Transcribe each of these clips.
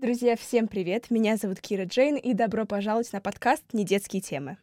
Друзья, всем привет! Меня зовут Кира Джейн, и добро пожаловать на подкаст «Недетские темы».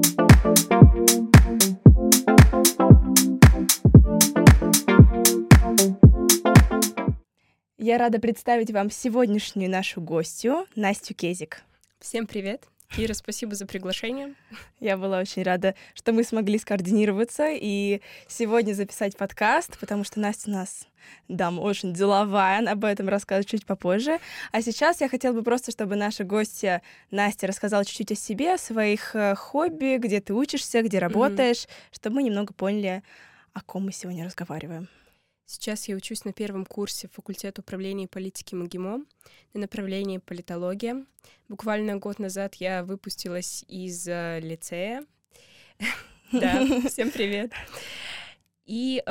Я рада представить вам сегодняшнюю нашу гостью, Настю Кезик. Всем привет! Кира, спасибо за приглашение. Я была очень рада, что мы смогли скоординироваться и сегодня записать подкаст, потому что Настя у нас дама очень деловая, она об этом расскажет чуть попозже. А сейчас я хотела бы просто, чтобы наша гостья Настя рассказала чуть-чуть о себе, о своих хобби, где ты учишься, где работаешь, чтобы мы немного поняли, о ком мы сегодня разговариваем. Сейчас я учусь на первом курсе факультета управления и политики МГИМО на направлении политология. Буквально год назад я выпустилась из лицея. Да, всем привет. И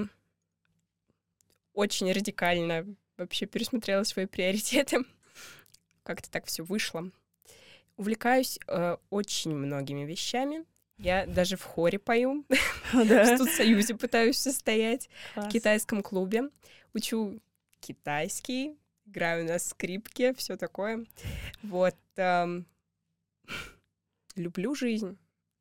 очень радикально вообще пересмотрела свои приоритеты. Как-то так все вышло. Увлекаюсь очень многими вещами. Я даже в хоре пою, в студсоюзе пытаюсь состоять, в китайском клубе. Учу китайский, играю на скрипке, все такое. Вот. Люблю жизнь.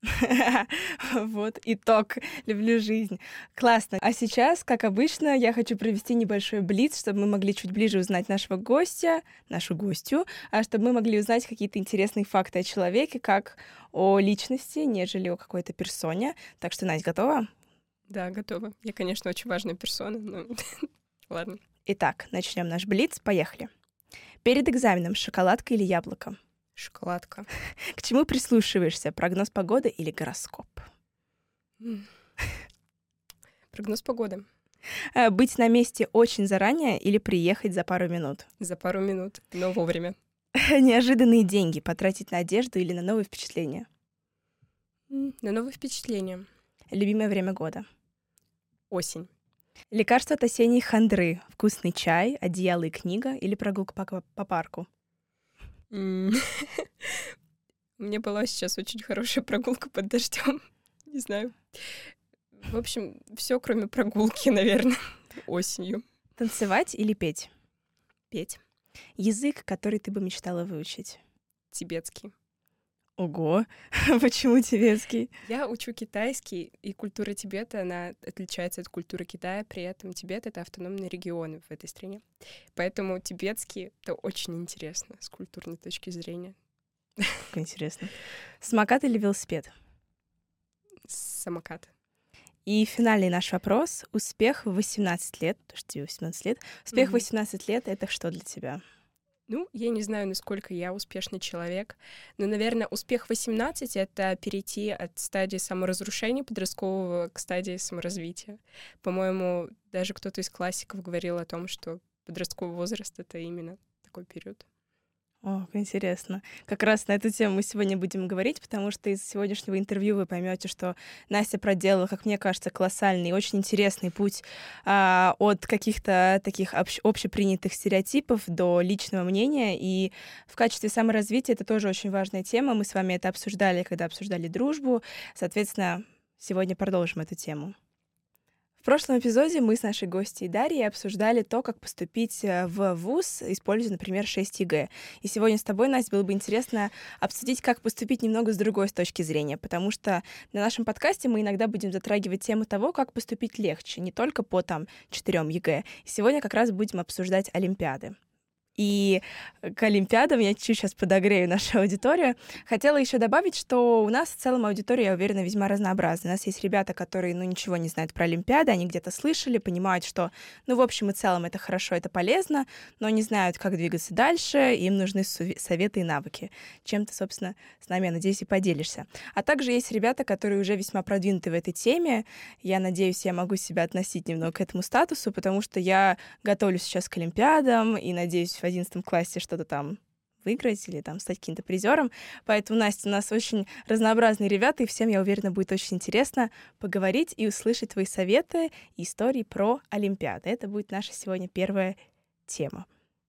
Вот итог. Люблю жизнь. Классно. А сейчас, как обычно, я хочу провести небольшой блиц, чтобы мы могли чуть ближе узнать нашего гостя, нашу гостью, а чтобы мы могли узнать какие-то интересные факты о человеке, как о личности, нежели о какой-то персоне. Так что, Настя, готова? Да, готова. Я, конечно, очень важная персона, но ладно. Итак, начнем наш блиц. Поехали. Перед экзаменом шоколадка или яблоко? Шоколадка. К чему прислушиваешься? Прогноз погоды или гороскоп? Прогноз погоды. Быть на месте очень заранее или приехать за пару минут? За пару минут, но вовремя. Неожиданные деньги потратить на одежду или на новые впечатления? На новые впечатления. Любимое время года? Осень. Лекарство от осенней хандры. Вкусный чай, одеяло и книга или прогулка по парку? У меня была сейчас очень хорошая прогулка под дождем. Не знаю. В общем, все, кроме прогулки, наверное, осенью. Танцевать или петь? Петь. Язык, который ты бы мечтала выучить? Тибетский. Ого! Почему тибетский? Я учу китайский, и культура Тибета, она отличается от культуры Китая, при этом Тибет — это автономный регион в этой стране. Поэтому тибетский — это очень интересно с культурной точки зрения. Как интересно. Самокат или велосипед? Самокат. И финальный наш вопрос. Успех в 18 лет, потому что тебе 18 лет. Успех в 18 лет — это что для тебя? Ну, я не знаю, насколько я успешный человек, но, наверное, успех 18 — это перейти от стадии саморазрушения подросткового к стадии саморазвития. По-моему, даже кто-то из классиков говорил о том, что подростковый возраст — это именно такой период. О, как интересно. Как раз на эту тему мы сегодня будем говорить, потому что из сегодняшнего интервью вы поймете, что Настя проделала, как мне кажется, колоссальный и очень интересный путь от каких-то таких общепринятых стереотипов до личного мнения. И в качестве саморазвития это тоже очень важная тема. Мы с вами это обсуждали, когда обсуждали дружбу. Соответственно, сегодня продолжим эту тему. В прошлом эпизоде мы с нашей гостьей Дарьей обсуждали то, как поступить в вуз, используя, например, 6 ЕГЭ. И сегодня с тобой, Настя, было бы интересно обсудить, как поступить немного с другой точки зрения, потому что на нашем подкасте мы иногда будем затрагивать тему того, как поступить легче, не только по 4 ЕГЭ. И сегодня как раз будем обсуждать олимпиады. И к олимпиадам я чуть-чуть сейчас подогрею нашу аудиторию. Хотела еще добавить, что у нас в целом аудитория, я уверена, весьма разнообразная. У нас есть ребята, которые, ничего не знают про олимпиады, они где-то слышали, понимают, что, в общем и целом это хорошо, это полезно, но не знают, как двигаться дальше, им нужны советы и навыки. Чем ты, собственно, с нами, я надеюсь, и поделишься. А также есть ребята, которые уже весьма продвинуты в этой теме. Я надеюсь, я могу себя относить немного к этому статусу, потому что я готовлюсь сейчас к олимпиадам и надеюсь в 11 классе что-то там выиграть или там стать каким-то призером. Поэтому, Настя, у нас очень разнообразные ребята, и всем, я уверена, будет очень интересно поговорить и услышать твои советы и истории про олимпиады. Это будет наша сегодня первая тема.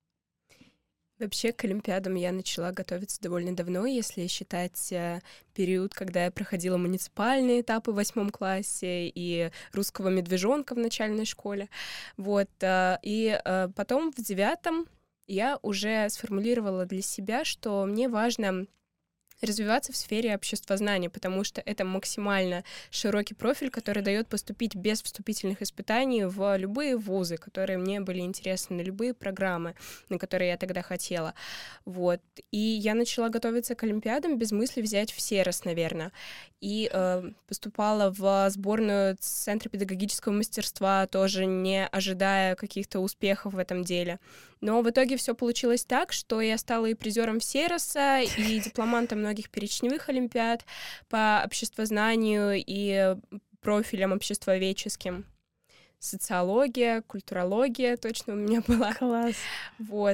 Вообще к олимпиадам я начала готовиться довольно давно, если считать период, когда я проходила муниципальные этапы в 8 классе и русского медвежонка в начальной школе. Вот. И потом в 9 я уже сформулировала для себя, что мне важно развиваться в сфере обществознания, потому что это максимально широкий профиль, который дает поступить без вступительных испытаний в любые вузы, которые мне были интересны, на любые программы, на которые я тогда хотела. Вот. И я начала готовиться к олимпиадам без мысли взять в СЕРОС, наверное. И поступала в сборную Центра педагогического мастерства, тоже не ожидая каких-то успехов в этом деле. Но в итоге все получилось так, что я стала и призером СЕРОСа, и дипломантом многих перечневых олимпиад по обществознанию и профилям обществоведческим. Социология, культурология точно у меня была. Класс. Вот.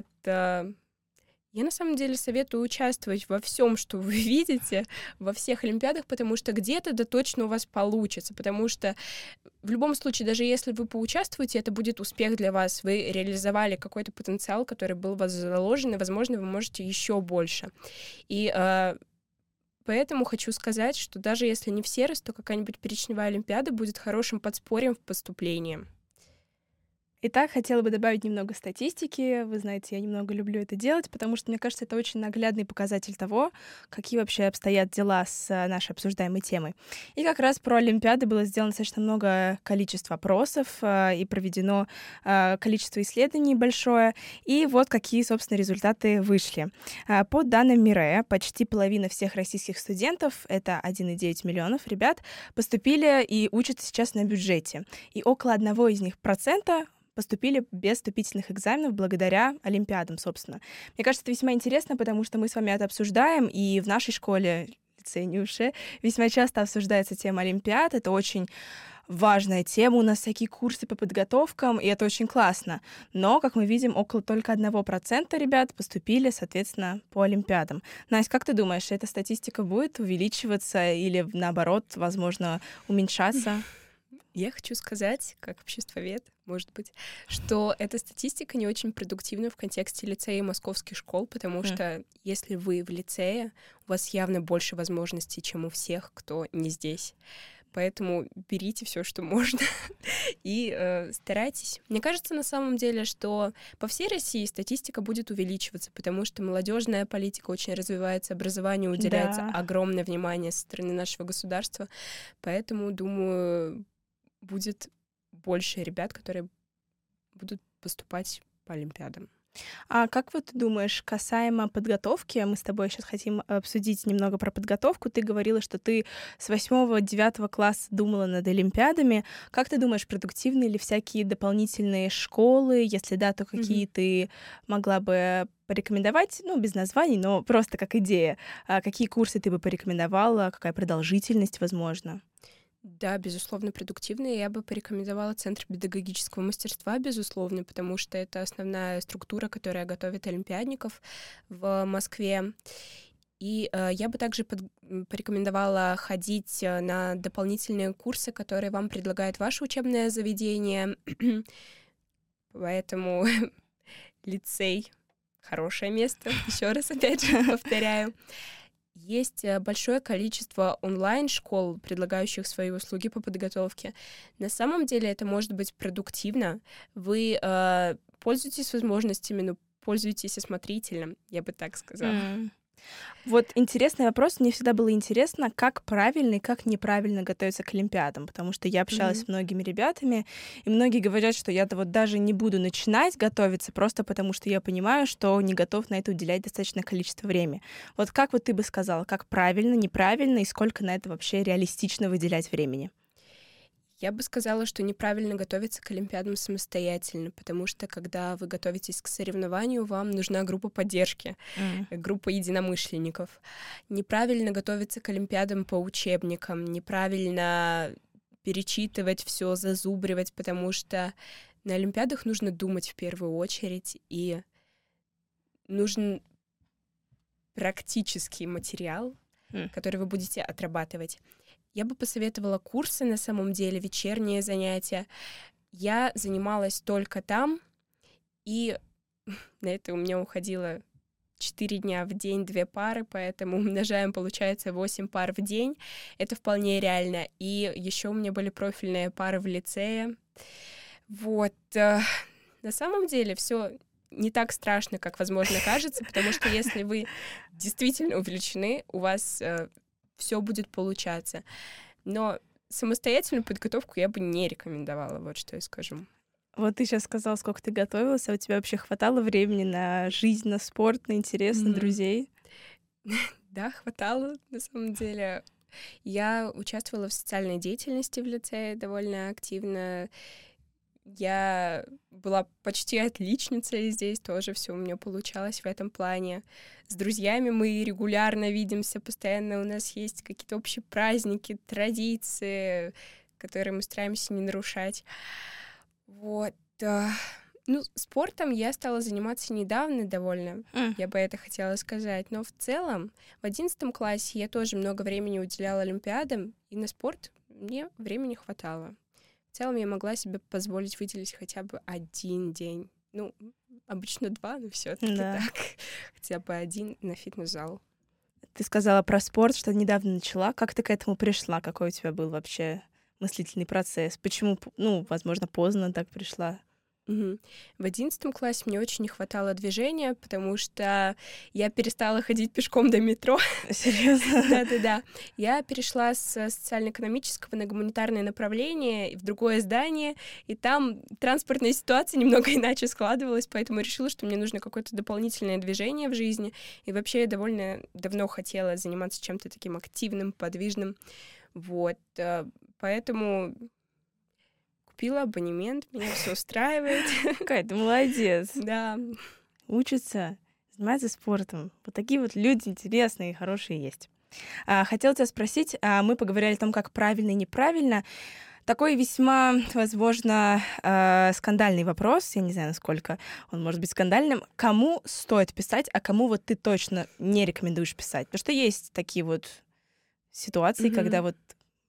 Я на самом деле советую участвовать во всем, что вы видите, во всех олимпиадах, потому что где-то да точно у вас получится, потому что в любом случае, даже если вы поучаствуете, это будет успех для вас. Вы реализовали какой-то потенциал, который был у вас заложен, и, возможно, вы можете еще больше. И поэтому хочу сказать, что даже если не в СЕРОС, то какая-нибудь перечневая олимпиада будет хорошим подспорьем в поступлении. Итак, хотела бы добавить немного статистики. Вы знаете, я немного люблю это делать, потому что, мне кажется, это очень наглядный показатель того, какие вообще обстоят дела с нашей обсуждаемой темой. И как раз про Олимпиады было сделано достаточно много количества опросов и проведено количество исследований большое. И вот какие, собственно, результаты вышли. По данным Мирея, почти половина всех российских студентов, это 1,9 миллионов ребят, поступили и учатся сейчас на бюджете. И около 1 из них процента поступили без вступительных экзаменов благодаря олимпиадам, собственно. Мне кажется, это весьма интересно, потому что мы с вами это обсуждаем, и в нашей школе, лицее Нюши, весьма часто обсуждается тема олимпиад. Это очень важная тема, у нас всякие курсы по подготовкам, и это очень классно. Но, как мы видим, около только 1% ребят поступили, соответственно, по олимпиадам. Настя, как ты думаешь, эта статистика будет увеличиваться или, наоборот, возможно, уменьшаться? Я хочу сказать, как обществовед, может быть, что эта статистика не очень продуктивна в контексте лицея и московских школ, потому что если вы в лицее, у вас явно больше возможностей, чем у всех, кто не здесь. Поэтому берите все, что можно, и старайтесь. Мне кажется, на самом деле, что по всей России статистика будет увеличиваться, потому что молодежная политика очень развивается, образованию уделяется огромное внимание со стороны нашего государства. Поэтому, думаю, будет больше ребят, которые будут поступать по олимпиадам. А как вот ты думаешь, касаемо подготовки, мы с тобой сейчас хотим обсудить немного про подготовку. Ты говорила, что ты с 8-9 класса думала над олимпиадами. Как ты думаешь, продуктивны ли всякие дополнительные школы? Если да, то какие ты могла бы порекомендовать? Ну, без названий, но просто как идея. Какие курсы ты бы порекомендовала? Какая продолжительность, возможно? Да, безусловно, продуктивные. Я бы порекомендовала Центр педагогического мастерства, безусловно, потому что это основная структура, которая готовит олимпиадников в Москве. И я бы также порекомендовала ходить на дополнительные курсы, которые вам предлагает ваше учебное заведение. Поэтому лицей — хорошее место. Еще раз, опять же, повторяю. Есть большое количество онлайн-школ, предлагающих свои услуги по подготовке. На самом деле это может быть продуктивно. Вы пользуетесь возможностями, но пользуйтесь осмотрительно, я бы так сказала. Вот интересный вопрос. Мне всегда было интересно, как правильно и как неправильно готовиться к олимпиадам, потому что я общалась с многими ребятами, и многие говорят, что я-то вот даже не буду начинать готовиться, просто потому что я понимаю, что не готов на это уделять достаточное количество времени. Вот как вот ты бы сказала, как правильно, неправильно, и сколько на это вообще реалистично выделять времени? Я бы сказала, что неправильно готовиться к олимпиадам самостоятельно, потому что, когда вы готовитесь к соревнованию, вам нужна группа поддержки, группа единомышленников. Неправильно готовиться к олимпиадам по учебникам, неправильно перечитывать все, зазубривать, потому что на олимпиадах нужно думать в первую очередь, и нужен практический материал, который вы будете отрабатывать. Я бы посоветовала курсы, на самом деле, вечерние занятия. Я занималась только там, и на это у меня уходило 4 дня в день, 2 пары, поэтому умножаем, получается, 8 пар в день. Это вполне реально. И еще у меня были профильные пары в лицее. Вот. На самом деле все не так страшно, как, возможно, кажется, потому что если вы действительно увлечены, у вас все будет получаться. Но самостоятельную подготовку я бы не рекомендовала, вот что я скажу. Вот ты сейчас сказал, сколько ты готовился, а у тебя вообще хватало времени на жизнь, на спорт, на интерес, на друзей? Да, хватало, на самом деле. Я участвовала в социальной деятельности в лицее довольно активно. Я была почти отличницей здесь, тоже все у меня получалось в этом плане. С друзьями мы регулярно видимся, постоянно у нас есть какие-то общие праздники, традиции, которые мы стараемся не нарушать. Вот. Ну, спортом я стала заниматься недавно довольно, я бы это хотела сказать. Но в целом в 11 классе я тоже много времени уделяла олимпиадам, и на спорт мне времени хватало. В целом я могла себе позволить выделить хотя бы один день. Ну, обычно 2, но все-таки так. Хотя бы 1 на фитнес-зал. Ты сказала про спорт, что недавно начала. Как ты к этому пришла? Какой у тебя был вообще мыслительный процесс? Почему, возможно, поздно так пришла? В 11 классе мне очень не хватало движения, потому что я перестала ходить пешком до метро. Серьезно? Да-да-да. Я перешла с социально-экономического на гуманитарное направление в другое здание, и там транспортная ситуация немного иначе складывалась, поэтому решила, что мне нужно какое-то дополнительное движение в жизни. И вообще я довольно давно хотела заниматься чем-то таким активным, подвижным. Вот. Поэтому купила абонемент, меня все устраивает. Какая ты молодец. Да. Учится, занимается спортом. Вот такие вот люди интересные и хорошие есть. Хотела тебя спросить, мы поговорили о том, как правильно и неправильно. Такой весьма, возможно, скандальный вопрос, я не знаю, насколько он может быть скандальным. Кому стоит писать, а кому вот ты точно не рекомендуешь писать? Потому что есть такие вот ситуации, когда вот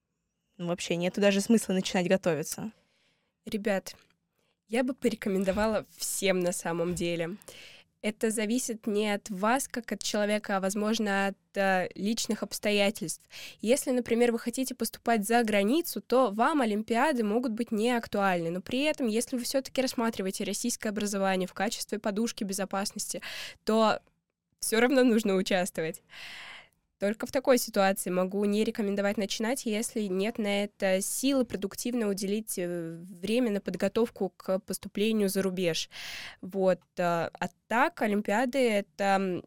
вообще нету даже смысла начинать готовиться. Ребят, я бы порекомендовала всем на самом деле. Это зависит не от вас, как от человека, а, возможно, от личных обстоятельств. Если, например, вы хотите поступать за границу, то вам олимпиады могут быть не актуальны. Но при этом, если вы все-таки рассматриваете российское образование в качестве подушки безопасности, то все равно нужно участвовать. Только в такой ситуации могу не рекомендовать начинать, если нет на это силы продуктивно уделить время на подготовку к поступлению за рубеж. Вот. А так, олимпиады — это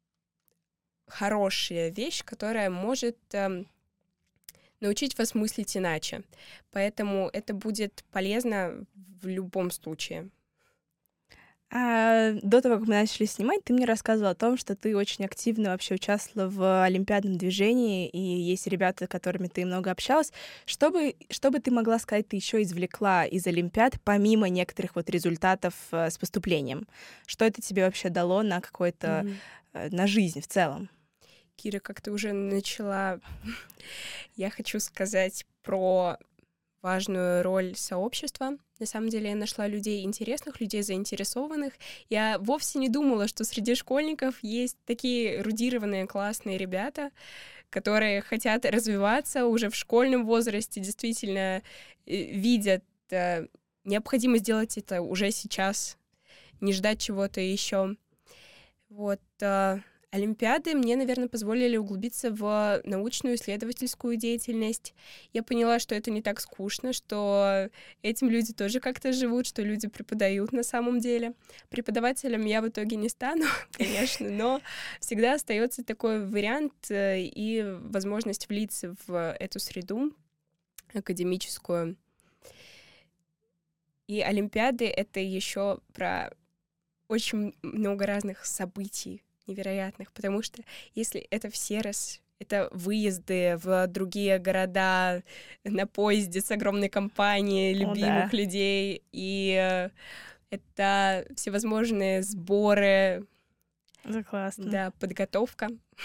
хорошая вещь, которая может научить вас мыслить иначе. Поэтому это будет полезно в любом случае. До того, как мы начали снимать, ты мне рассказывала о том, что ты очень активно вообще участвовала в олимпиадном движении, и есть ребята, с которыми ты много общалась. Что бы ты могла сказать, ты еще извлекла из олимпиад, помимо некоторых вот результатов с поступлением? Что это тебе вообще дало на какой-то, на жизнь в целом? Кира, как ты уже начала, я хочу сказать про важную роль сообщества. На самом деле я нашла людей интересных, людей заинтересованных. Я вовсе не думала, что среди школьников есть такие эрудированные, классные ребята, которые хотят развиваться уже в школьном возрасте, действительно видят необходимость сделать это уже сейчас, не ждать чего-то еще. Вот. Олимпиады мне, наверное, позволили углубиться в научную исследовательскую деятельность. Я поняла, что это не так скучно, что этим люди тоже как-то живут, что люди преподают на самом деле. Преподавателем я в итоге не стану, конечно, но всегда остается такой вариант и возможность влиться в эту среду академическую. И олимпиады — это еще про очень много разных событий невероятных, потому что если это в Серос, это выезды в другие города на поезде с огромной компанией любимых людей, и это всевозможные сборы, Это классно. да, подготовка.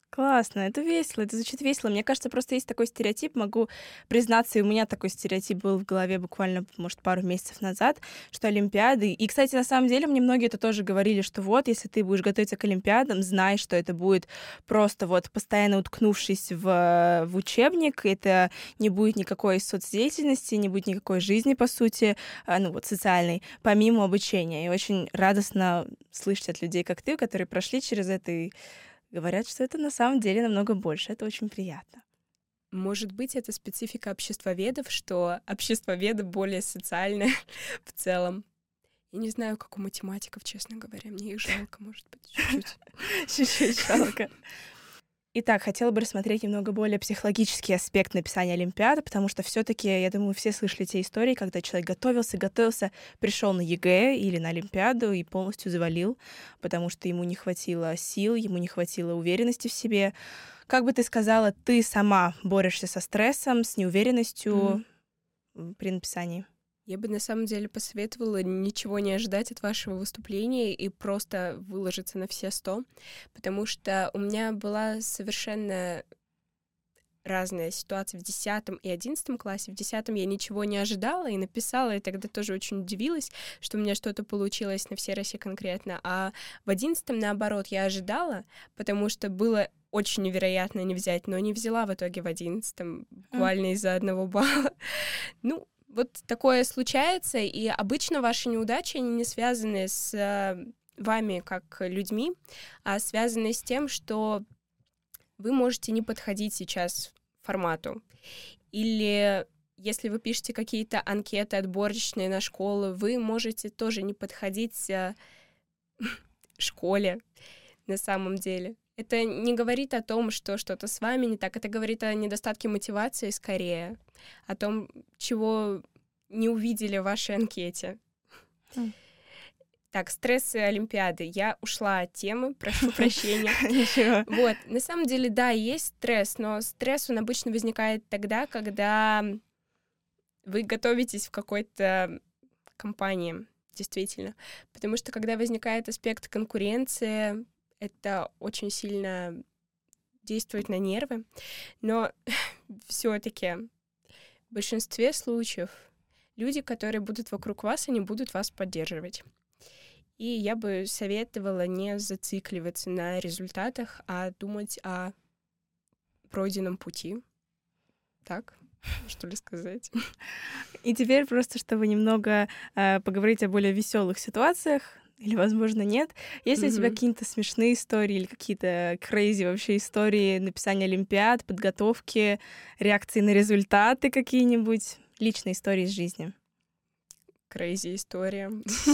Классно, это весело, это звучит весело. Мне кажется, просто есть такой стереотип, могу признаться, и у меня такой стереотип был в голове буквально, может, пару месяцев назад, что Олимпиады... И, кстати, на самом деле, мне многие это тоже говорили, что вот, если ты будешь готовиться к Олимпиадам, знай, что это будет просто вот постоянно уткнувшись в учебник, это не будет никакой соцдеятельности, не будет никакой жизни, по сути, ну вот, социальной, помимо обучения. И очень радостно слышать от людей, как ты, которые прошли через это и говорят, что это на самом деле намного больше. Это очень приятно. Может быть, это специфика обществоведов, что обществоведы более социальны в целом. Я не знаю, как у математиков, честно говоря. Мне их жалко, может быть, чуть-чуть. Чуть-чуть жалко. Итак, хотела бы рассмотреть немного более психологический аспект написания Олимпиады, потому что все-таки, я думаю, все слышали те истории, когда человек готовился, пришел на ЕГЭ или на Олимпиаду и полностью завалил, потому что ему не хватило сил, ему не хватило уверенности в себе. Как бы ты сказала, ты сама борешься со стрессом, с неуверенностью при написании? Я бы на самом деле посоветовала ничего не ожидать от вашего выступления и просто выложиться на все 100, потому что у меня была совершенно разная ситуация в 10 и 11 классе. В 10 я ничего не ожидала и написала, и тогда тоже очень удивилась, что у меня что-то получилось на всей России конкретно. А в 11 наоборот, я ожидала, потому что было очень невероятно не взять, но не взяла в итоге в 11 буквально из-за 1 балла. Ну, вот такое случается, и обычно ваши неудачи, они не связаны с вами как людьми, а связаны с тем, что вы можете не подходить сейчас формату. Или если вы пишете какие-то анкеты отборочные на школу, вы можете тоже не подходить школе на самом деле. Это не говорит о том, что что-то с вами не так, это говорит о недостатке мотивации скорее, о том, чего не увидели в вашей анкете. Так, стрессы Олимпиады. Я ушла от темы, прошу прощения. Ничего. Вот, на самом деле, да, есть стресс, но стресс, он обычно возникает тогда, когда вы готовитесь в какой-то компании, действительно. Потому что когда возникает аспект конкуренции, это очень сильно действует на нервы. Но все-таки в большинстве случаев люди, которые будут вокруг вас, они будут вас поддерживать. И я бы советовала не зацикливаться на результатах, а думать о пройденном пути. Так, что ли сказать? И теперь просто, чтобы немного поговорить о более веселых ситуациях, или, возможно, нет. Есть ли у тебя какие-то смешные истории или какие-то crazy вообще истории написания олимпиад, подготовки, реакции на результаты какие-нибудь, личные истории из жизни? Crazy история.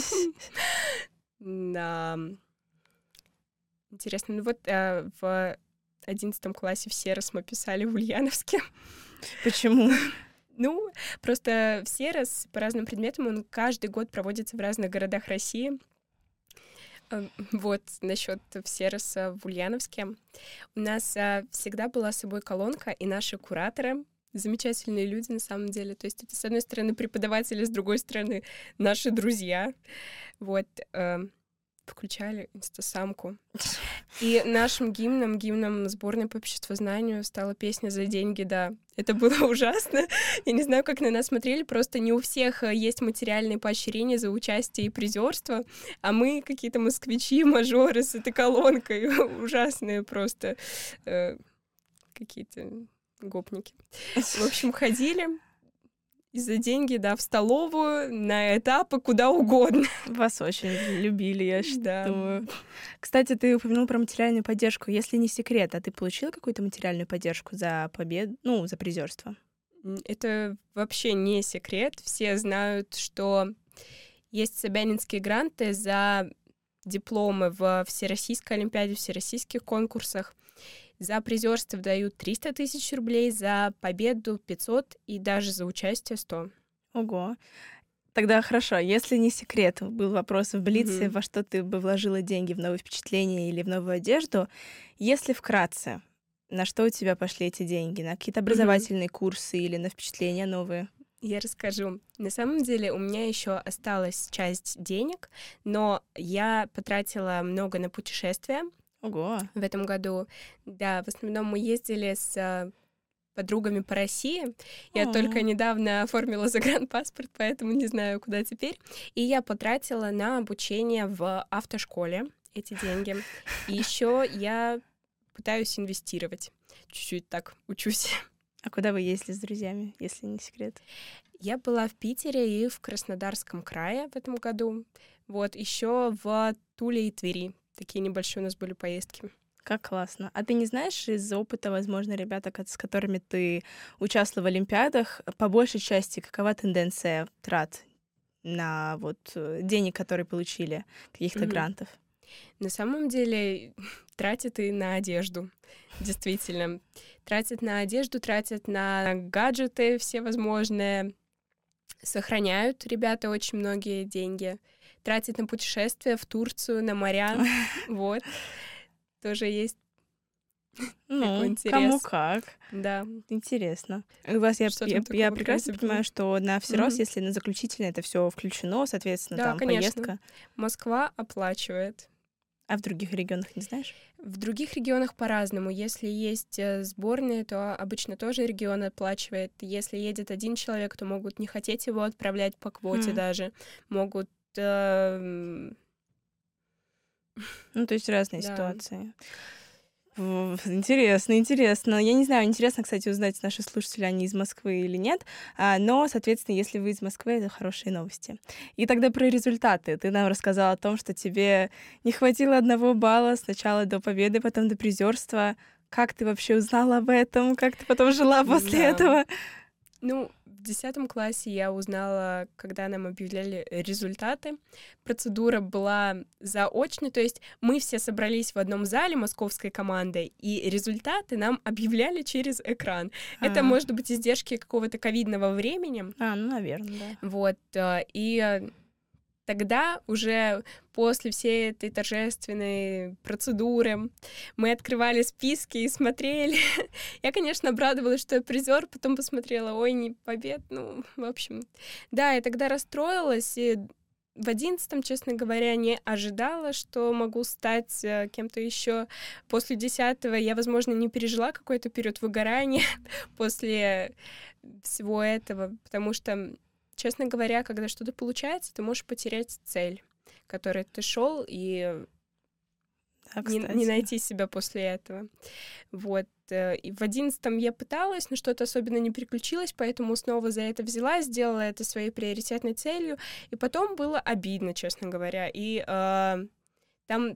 Да. Интересно. Ну вот в 11 классе в Серос мы писали в Ульяновске. Почему? Ну, просто в Серос по разным предметам он каждый год проводится в разных городах России. Вот, насчет Сероса в Ульяновске. У нас всегда была с собой колонка, и наши кураторы, замечательные люди на самом деле. То есть это, с одной стороны, преподаватели, с другой стороны, наши друзья. Вот, включали инстасамку. И нашим гимном сборной по обществознанию стала песня «За деньги», да. Это было ужасно. Я не знаю, как на нас смотрели, просто не у всех есть материальные поощрения за участие и призерство, а мы какие-то москвичи, мажоры с этой колонкой, ужасные просто какие-то гопники. В общем, ходили и за деньги, да, в столовую, на этапы, куда угодно. Вас очень любили, я Да. считаю. Кстати, ты упомянул про материальную поддержку. Если не секрет, а ты получила какую-то материальную поддержку за победу, ну, за призерство? Это вообще не секрет. Все знают, что есть собянинские гранты за дипломы в Всероссийской олимпиаде, в всероссийских конкурсах. За призерство дают 300 тысяч рублей, за победу 500 и даже за участие 100. Ого. Тогда хорошо. Если не секрет, был вопрос в Блице, во что ты бы вложила деньги, в новые впечатления или в новую одежду. Если вкратце, на что у тебя пошли эти деньги? На какие-то образовательные курсы или на впечатления новые? Я расскажу. На самом деле у меня еще осталась часть денег, но я потратила много на путешествия. Ого. в этом году. Да, в основном мы ездили с подругами по России. Я только недавно оформила загранпаспорт, поэтому не знаю, куда теперь. И я потратила на обучение в автошколе эти деньги. И еще я пытаюсь инвестировать. Чуть-чуть так учусь. А куда вы ездили с друзьями, если не секрет? Я была в Питере и в Краснодарском крае в этом году. Вот, еще в Туле и Твери. Такие небольшие у нас были поездки. Как классно. А ты не знаешь из опыта, возможно, ребята, с которыми ты участвовала в олимпиадах, по большей части какова тенденция трат на денег, которые получили, каких-то грантов? На самом деле тратят и на одежду, действительно. Тратят на одежду, тратят на гаджеты всевозможные. Сохраняют ребята очень многие деньги. Тратят на путешествия в Турцию, на моря. Вот. Тоже есть такой интерес. Кому как. Да. Интересно. У вас я прекрасно красивого? понимаю, что на всерос, если на заключительное это все включено, соответственно, Да, там конечно. поездка. Москва оплачивает. А в других регионах не знаешь? В других регионах по-разному. Если есть сборные, то обычно тоже регион оплачивает. Если едет один человек, то могут не хотеть его отправлять по квоте даже. Могут... Ну, то есть разные Да. ситуации. Интересно, интересно. Я не знаю, интересно, кстати, узнать, наши слушатели, они из Москвы или нет. Но, соответственно, если вы из Москвы, это хорошие новости. И тогда про результаты. Ты нам рассказала о том, что тебе не хватило 1 балла сначала до победы, потом до призерства. Как ты вообще узнала об этом? Как ты потом жила после этого? Ну, в 10 классе я узнала, когда нам объявляли результаты. Процедура была заочной, то есть мы все собрались в одном зале московской командой, и результаты нам объявляли через экран. Это, может быть, издержки какого-то ковидного времени. Ну, наверное, да. Вот, и тогда уже после всей этой торжественной процедуры мы открывали списки и смотрели. Я, конечно, обрадовалась, что я призер, потом посмотрела, ой, не побед, ну, в общем. Да, я тогда расстроилась, и в 11-м, честно говоря, не ожидала, что могу стать кем-то еще. После 10-го я, возможно, не пережила какой-то период выгорания после всего этого, потому что, честно говоря, когда что-то получается, ты можешь потерять цель, к которой ты шел, и не найти себя после этого. Вот. И в 11-м я пыталась, но что-то особенно не переключилось, поэтому снова за это взялась, сделала это своей приоритетной целью, и потом было обидно, честно говоря. И там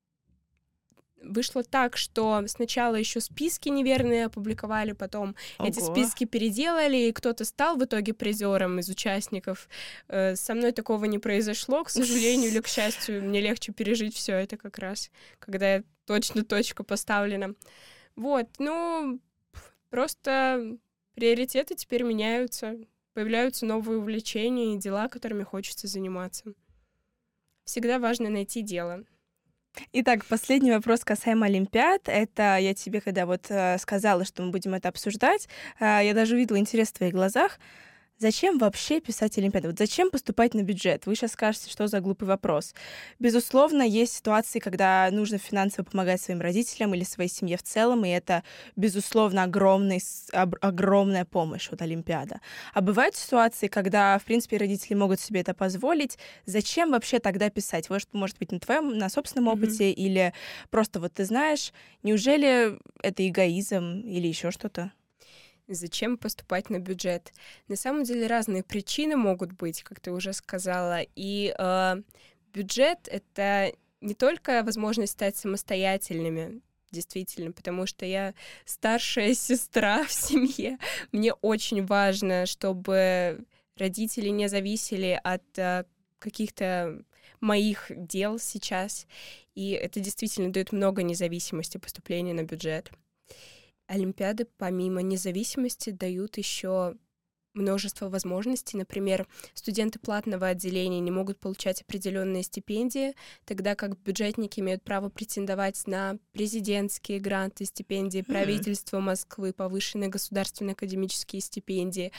вышло так, что сначала еще списки неверные опубликовали, потом эти списки переделали, и кто-то стал в итоге призером из участников. Со мной такого не произошло, к сожалению или к счастью. Мне легче пережить все это как раз, когда точно точка поставлена. Вот, ну, просто приоритеты теперь меняются, появляются новые увлечения и дела, которыми хочется заниматься. Всегда важно найти дело. Итак, последний вопрос касаемо олимпиад. Это я тебе, когда сказала, что мы будем это обсуждать, я даже увидела интерес в твоих глазах. Зачем вообще писать олимпиады? Зачем поступать на бюджет? Вы сейчас скажете, что за глупый вопрос. Безусловно, есть ситуации, когда нужно финансово помогать своим родителям или своей семье в целом, и это, безусловно, огромная помощь от олимпиада. А бывают ситуации, когда, в принципе, родители могут себе это позволить. Зачем вообще тогда писать? Может быть, на собственном опыте, или просто ты знаешь, неужели это эгоизм или еще что-то? Зачем поступать на бюджет? На самом деле разные причины могут быть, как ты уже сказала. И бюджет — это не только возможность стать самостоятельными, действительно, потому что я старшая сестра в семье. Мне очень важно, чтобы родители не зависели от каких-то моих дел сейчас. И это действительно дает много независимости поступления на бюджет. Олимпиады, помимо независимости, дают еще множество возможностей. Например, студенты платного отделения не могут получать определенные стипендии, тогда как бюджетники имеют право претендовать на президентские гранты, стипендии правительства Москвы, повышенные государственные академические стипендии.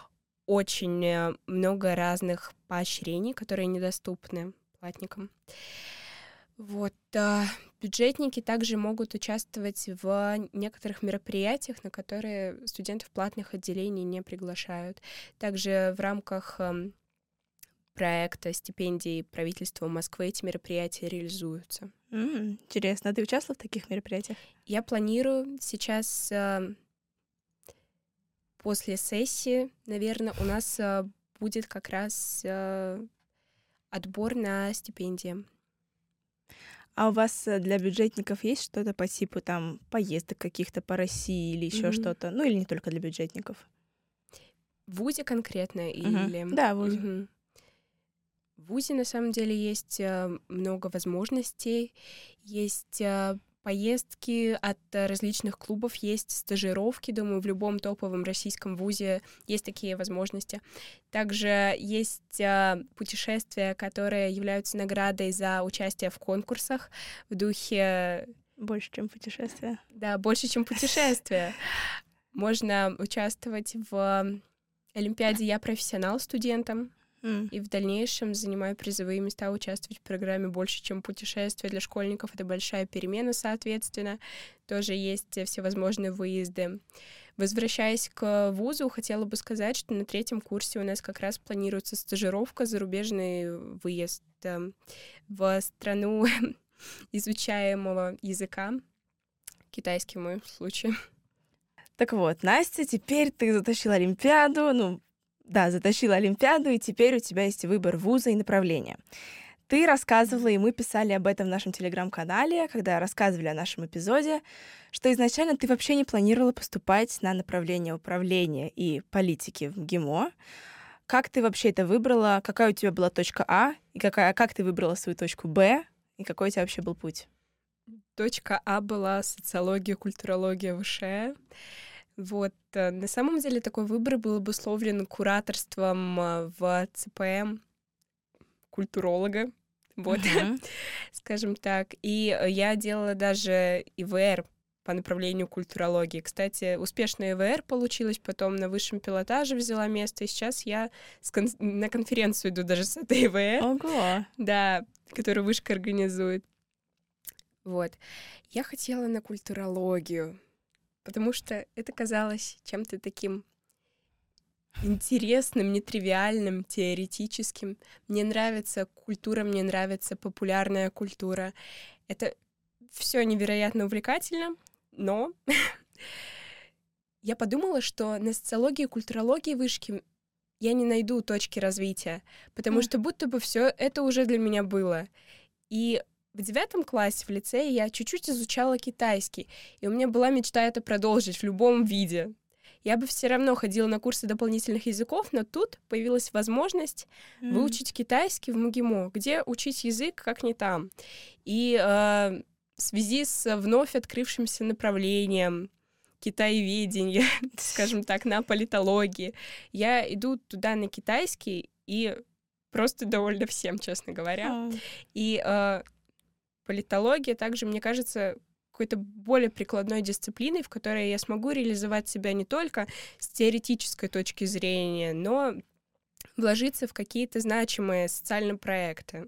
Очень много разных поощрений, которые недоступны платникам. Вот. Бюджетники также могут участвовать в некоторых мероприятиях, на которые студентов платных отделений не приглашают. Также в рамках проекта стипендий правительства Москвы эти мероприятия реализуются. Интересно. А ты участвовала в таких мероприятиях? Я планирую сейчас после сессии, наверное, у нас будет как раз отбор на стипендии. А у вас для бюджетников есть что-то по типу там поездок каких-то по России или еще что-то? Ну или не только для бюджетников? В ВУЗе конкретно или... Да, в ВУЗе. В ВУЗе на самом деле есть много возможностей, есть поездки от различных клубов, есть стажировки, думаю, в любом топовом российском вузе есть такие возможности. Также есть путешествия, которые являются наградой за участие в конкурсах в духе... Больше, чем путешествия. Да, больше, чем путешествия. Можно участвовать в Олимпиаде «Я профессионал» студентам. И в дальнейшем занимаю призовые места, участвовать в программе «Больше, чем путешествия» для школьников. Это большая перемена, соответственно. Тоже есть всевозможные выезды. Возвращаясь к вузу, хотела бы сказать, что на 3-м курсе у нас как раз планируется стажировка, зарубежный выезд в страну изучаемого языка, китайский в моем случае. Так вот, Настя, теперь ты затащила Олимпиаду, затащила Олимпиаду, и теперь у тебя есть выбор вуза и направления. Ты рассказывала, и мы писали об этом в нашем телеграм-канале, когда рассказывали о нашем эпизоде, что изначально ты вообще не планировала поступать на направление управления и политики в ГИМО. Как ты вообще это выбрала? Какая у тебя была точка А? И как ты выбрала свою точку Б? И какой у тебя вообще был путь? Точка А была социология, культурология, высшая. Вот. На самом деле такой выбор был обусловлен кураторством в ЦПМ культуролога, вот, скажем так. И я делала даже ИВР по направлению культурологии. Кстати, успешная ИВР получилась, потом на высшем пилотаже взяла место, и сейчас я на конференцию иду даже с этой ИВР. Ого! Да, которую Вышка организует. Вот. Я хотела на культурологию, потому что это казалось чем-то таким интересным, нетривиальным, теоретическим. Мне нравится культура, мне нравится популярная культура. Это все невероятно увлекательно, но я подумала, что на социологии и культурологии вышки я не найду точки развития, потому что будто бы все это уже для меня было. И в 9 классе в лицее я чуть-чуть изучала китайский, и у меня была мечта это продолжить в любом виде. Я бы все равно ходила на курсы дополнительных языков, но тут появилась возможность выучить китайский в МГИМО, где учить язык как не там. И в связи с вновь открывшимся направлением китаеведения, скажем так, на политологии, я иду туда на китайский и просто довольна всем, честно говоря. И политология также, мне кажется, какой-то более прикладной дисциплиной, в которой я смогу реализовать себя не только с теоретической точки зрения, но вложиться в какие-то значимые социальные проекты.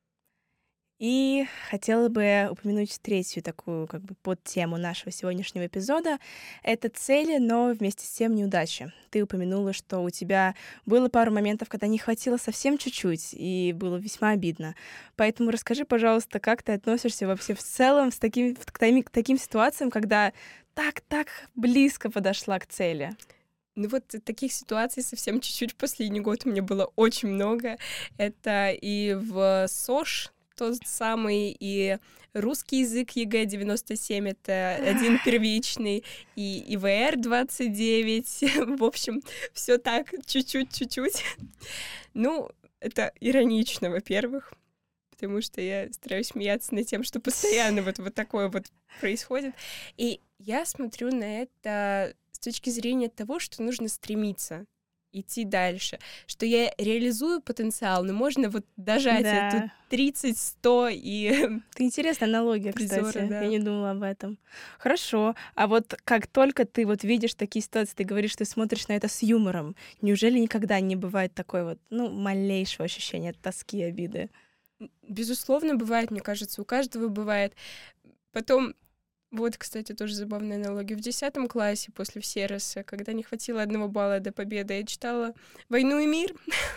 И хотела бы упомянуть 3-ю такую подтему нашего сегодняшнего эпизода. Это цели, но вместе с тем неудачи. Ты упомянула, что у тебя было пару моментов, когда не хватило совсем чуть-чуть, и было весьма обидно. Поэтому расскажи, пожалуйста, как ты относишься вообще в целом к таким ситуациям, когда так близко подошла к цели? Ну вот таких ситуаций совсем чуть-чуть в последний год у меня было очень много. Это и в СОЖ, тот самый, и русский язык ЕГЭ 97, это один первичный, и ИВР 29. В общем, все так, чуть-чуть. Ну, это иронично, во-первых, потому что я стараюсь смеяться над тем, что постоянно вот такое вот происходит. И я смотрю на это с точки зрения того, что нужно стремиться идти дальше, что я реализую потенциал, но можно вот дожать эту 30, 100 и... Это интересная аналогия, призора, кстати. Да. Я не думала об этом. Хорошо. А вот как только ты вот видишь такие ситуации, ты говоришь, что ты смотришь на это с юмором, неужели никогда не бывает такой вот, малейшего ощущения тоски, обиды? Безусловно, бывает, мне кажется, у каждого бывает. Потом, вот, кстати, тоже забавная аналогия. В 10 классе после Всероса, когда не хватило 1 балла до победы, я читала «Войну и мир»,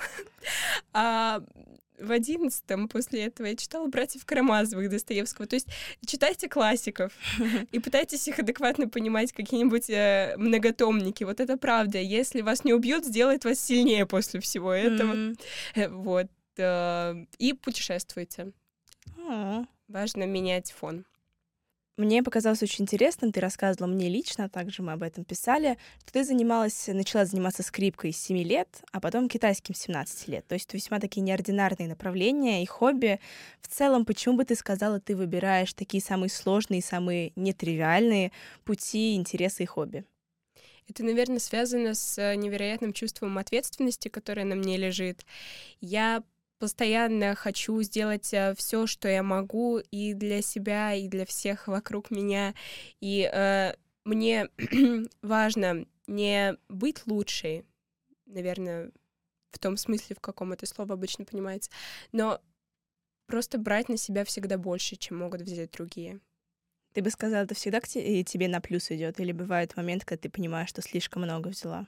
а в 11 после этого я читала «Братьев Карамазовых» Достоевского. То есть читайте классиков и пытайтесь их адекватно понимать, какие-нибудь многотомники. Вот это правда. Если вас не убьют, сделает вас сильнее после всего этого. Вот. И путешествуйте. Важно менять фон. Мне показалось очень интересным, ты рассказывала мне лично, также мы об этом писали, что ты начала заниматься скрипкой с 7 лет, а потом китайским с 17 лет. То есть весьма такие неординарные направления и хобби. В целом, почему бы ты сказала, ты выбираешь такие самые сложные, самые нетривиальные пути, интересы и хобби? Это, наверное, связано с невероятным чувством ответственности, которое на мне лежит. Я постоянно хочу сделать все, что я могу, и для себя, и для всех вокруг меня. И мне важно не быть лучшей, наверное, в том смысле, в каком это слово обычно понимается, но просто брать на себя всегда больше, чем могут взять другие. Ты бы сказала, это всегда тебе на плюс идет, или бывает момент, когда ты понимаешь, что слишком много взяла?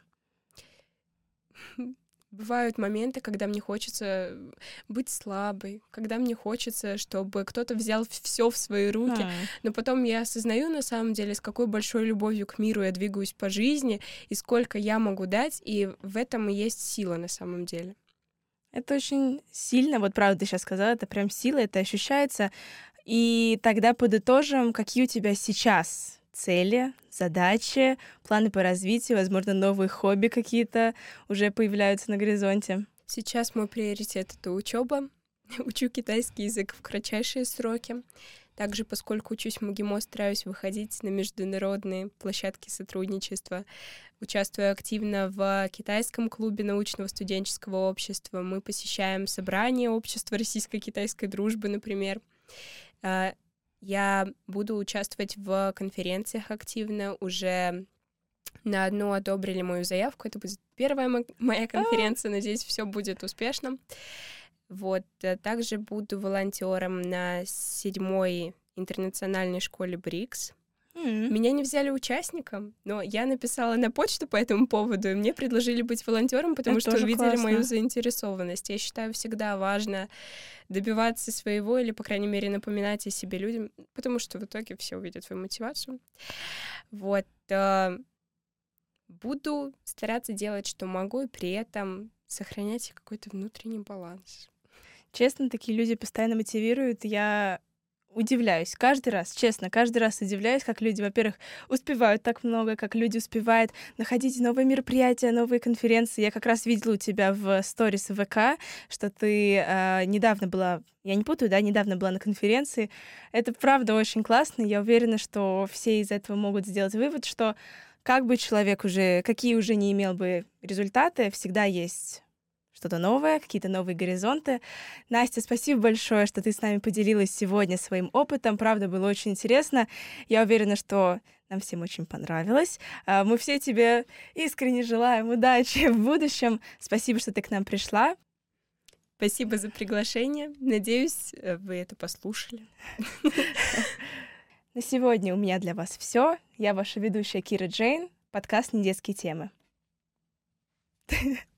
Бывают моменты, когда мне хочется быть слабой, когда мне хочется, чтобы кто-то взял все в свои руки, но потом я осознаю на самом деле, с какой большой любовью к миру я двигаюсь по жизни, и сколько я могу дать, и в этом и есть сила на самом деле. Это очень сильно, вот правда ты сейчас сказала, это прям сила, это ощущается. И тогда подытожим, какие у тебя сейчас цели, задачи, планы по развитию, возможно, новые хобби какие-то уже появляются на горизонте. Сейчас мой приоритет — это учеба. Учу китайский язык в кратчайшие сроки. Также, поскольку учусь в МГИМО, стараюсь выходить на международные площадки сотрудничества. Участвую активно в китайском клубе научного студенческого общества. Мы посещаем собрания общества российско-китайской дружбы, например. Я буду участвовать в конференциях активно. Уже на одну одобрили мою заявку. Это будет первая моя конференция. Надеюсь, все будет успешно. Вот. Также буду волонтером на 7-й интернациональной школе БРИКС. Меня не взяли участником, но я написала на почту по этому поводу, и мне предложили быть волонтером, потому что увидели мою заинтересованность. Я считаю, всегда важно добиваться своего или, по крайней мере, напоминать о себе людям, потому что в итоге все увидят твою мотивацию. Вот. Буду стараться делать, что могу, и при этом сохранять какой-то внутренний баланс. Честно, такие люди постоянно мотивируют. Я удивляюсь каждый раз, честно, каждый раз удивляюсь, как люди, во-первых, успевают так много, как люди успевают находить новые мероприятия, новые конференции. Я как раз видела у тебя в сторис ВК, что ты недавно была, я не путаю, да, недавно была на конференции. Это правда очень классно. Я уверена, что все из этого могут сделать вывод, что как бы человек какие уже не имел бы результаты, всегда есть что-то новое, какие-то новые горизонты. Настя, спасибо большое, что ты с нами поделилась сегодня своим опытом. Правда, было очень интересно. Я уверена, что нам всем очень понравилось. Мы все тебе искренне желаем удачи в будущем. Спасибо, что ты к нам пришла. Спасибо за приглашение. Надеюсь, вы это послушали. На сегодня у меня для вас все. Я ваша ведущая Кира Джейн. Подкаст «Недетские темы».